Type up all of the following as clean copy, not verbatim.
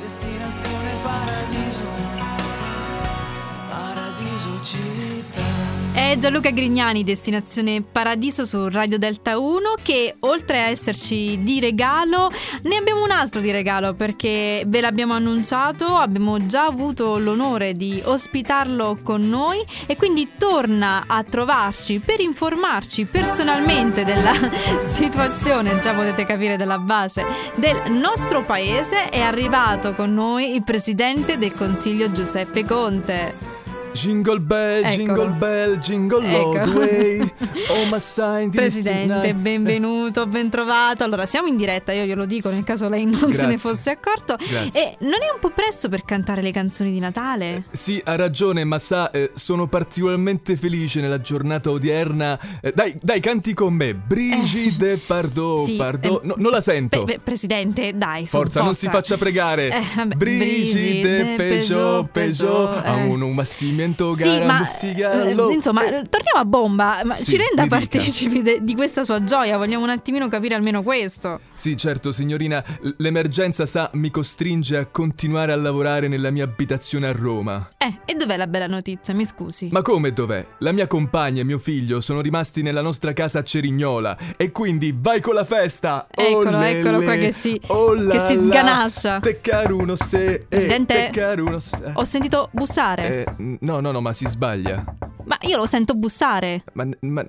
Destinazione paradiso, paradiso città. È Gianluca Grignani, Destinazione Paradiso su Radio Delta 1, che oltre a esserci di regalo, ne abbiamo un altro di regalo perché ve l'abbiamo annunciato, abbiamo già avuto l'onore di ospitarlo con noi e quindi torna a trovarci per informarci personalmente della situazione, già potete capire della base, del nostro paese. È arrivato con noi il Presidente del Consiglio Giuseppe Conte. Jingle bell, jingle bell, jingle all the way. Oh, my sign. Presidente, benvenuto, ben trovato. Allora, siamo in diretta, io glielo dico nel caso lei non se ne fosse accorto. Grazie. E non è un po' presto per cantare le canzoni di Natale? Sì, ha ragione, ma sa, sono particolarmente felice nella giornata odierna. Dai, canti con me. Brigitte, pardon, sì, pardon. No, non la sento. Presidente, dai, forza, non si faccia pregare. Brigitte, Peugeot, a un massimento gara, ma insomma, torniamo a bomba. Ma sì, ci renda partecipi di questa sua gioia? Vogliamo un attimino capire almeno questo. Sì, certo, signorina. L'emergenza, sa, mi costringe a continuare a lavorare nella mia abitazione a Roma. E dov'è la bella notizia? Mi scusi. Ma come dov'è? La mia compagna e mio figlio sono rimasti nella nostra casa a Cerignola e quindi vai con la festa! Eccolo qua che si sganascia. Teccaruno se Presidente, teccaruno se. ho sentito bussare. No, ma si sbaglia. Ma io lo sento bussare. Ma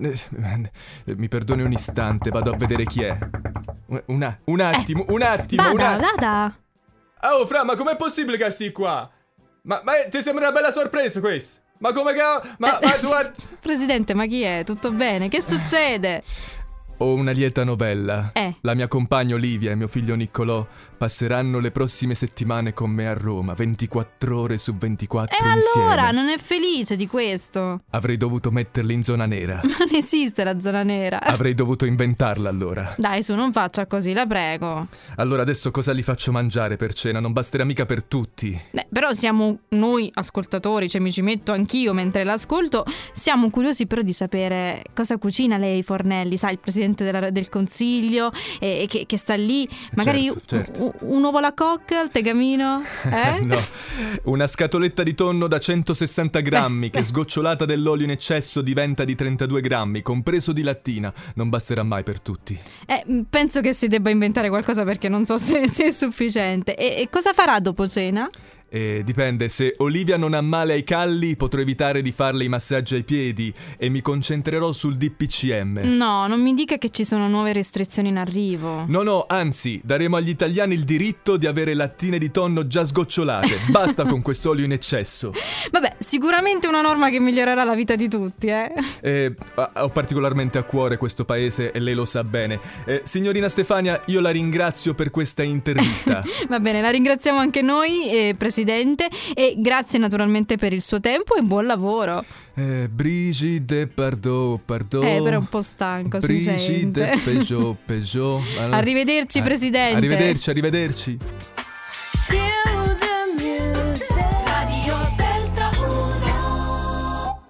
mi perdoni un istante, vado a vedere chi è. Un attimo. Vada. Oh, Fra, ma com'è possibile che stai qua? Ma ti sembra una bella sorpresa questa? Ma come che... Ma tu... Presidente, ma chi è? Tutto bene? Che succede? Ho una lieta novella. La mia compagna Olivia e mio figlio Niccolò passeranno le prossime settimane con me a Roma, 24 ore su 24 insieme. E allora non è felice di questo? Avrei dovuto metterli in zona nera. Ma non esiste la zona nera. Avrei dovuto inventarla allora. Dai, su, non faccia così, la prego. Allora adesso cosa li faccio mangiare per cena? Non basterà mica per tutti. Però siamo noi ascoltatori, cioè mi ci metto anch'io mentre l'ascolto. Siamo curiosi però di sapere cosa cucina lei, Fornelli, sai, il Presidente del Consiglio che sta lì, magari certo. un uovo alla cocca, il tegamino, No, una scatoletta di tonno da 160 grammi che sgocciolata dell'olio in eccesso diventa di 32 grammi, compreso di lattina. Non basterà mai per tutti. Penso che si debba inventare qualcosa perché non so se è sufficiente. E cosa farà dopo cena? Dipende, se Olivia non ha male ai calli potrò evitare di farle i massaggi ai piedi e mi concentrerò sul DPCM. No, non mi dica che ci sono nuove restrizioni in arrivo. No, anzi, daremo agli italiani il diritto di avere lattine di tonno già sgocciolate. Basta con quest'olio in eccesso. Vabbè, sicuramente una norma che migliorerà la vita di tutti, Ho particolarmente a cuore questo paese e lei lo sa bene. Signorina Stefania, io la ringrazio per questa intervista. Va bene, la ringraziamo anche noi, Presidente, e grazie naturalmente per il suo tempo e buon lavoro. Brigitte, pardon. Però è un po' stanco, Brigitte, si sente. Peugeot. Arrivederci, Presidente. Arrivederci.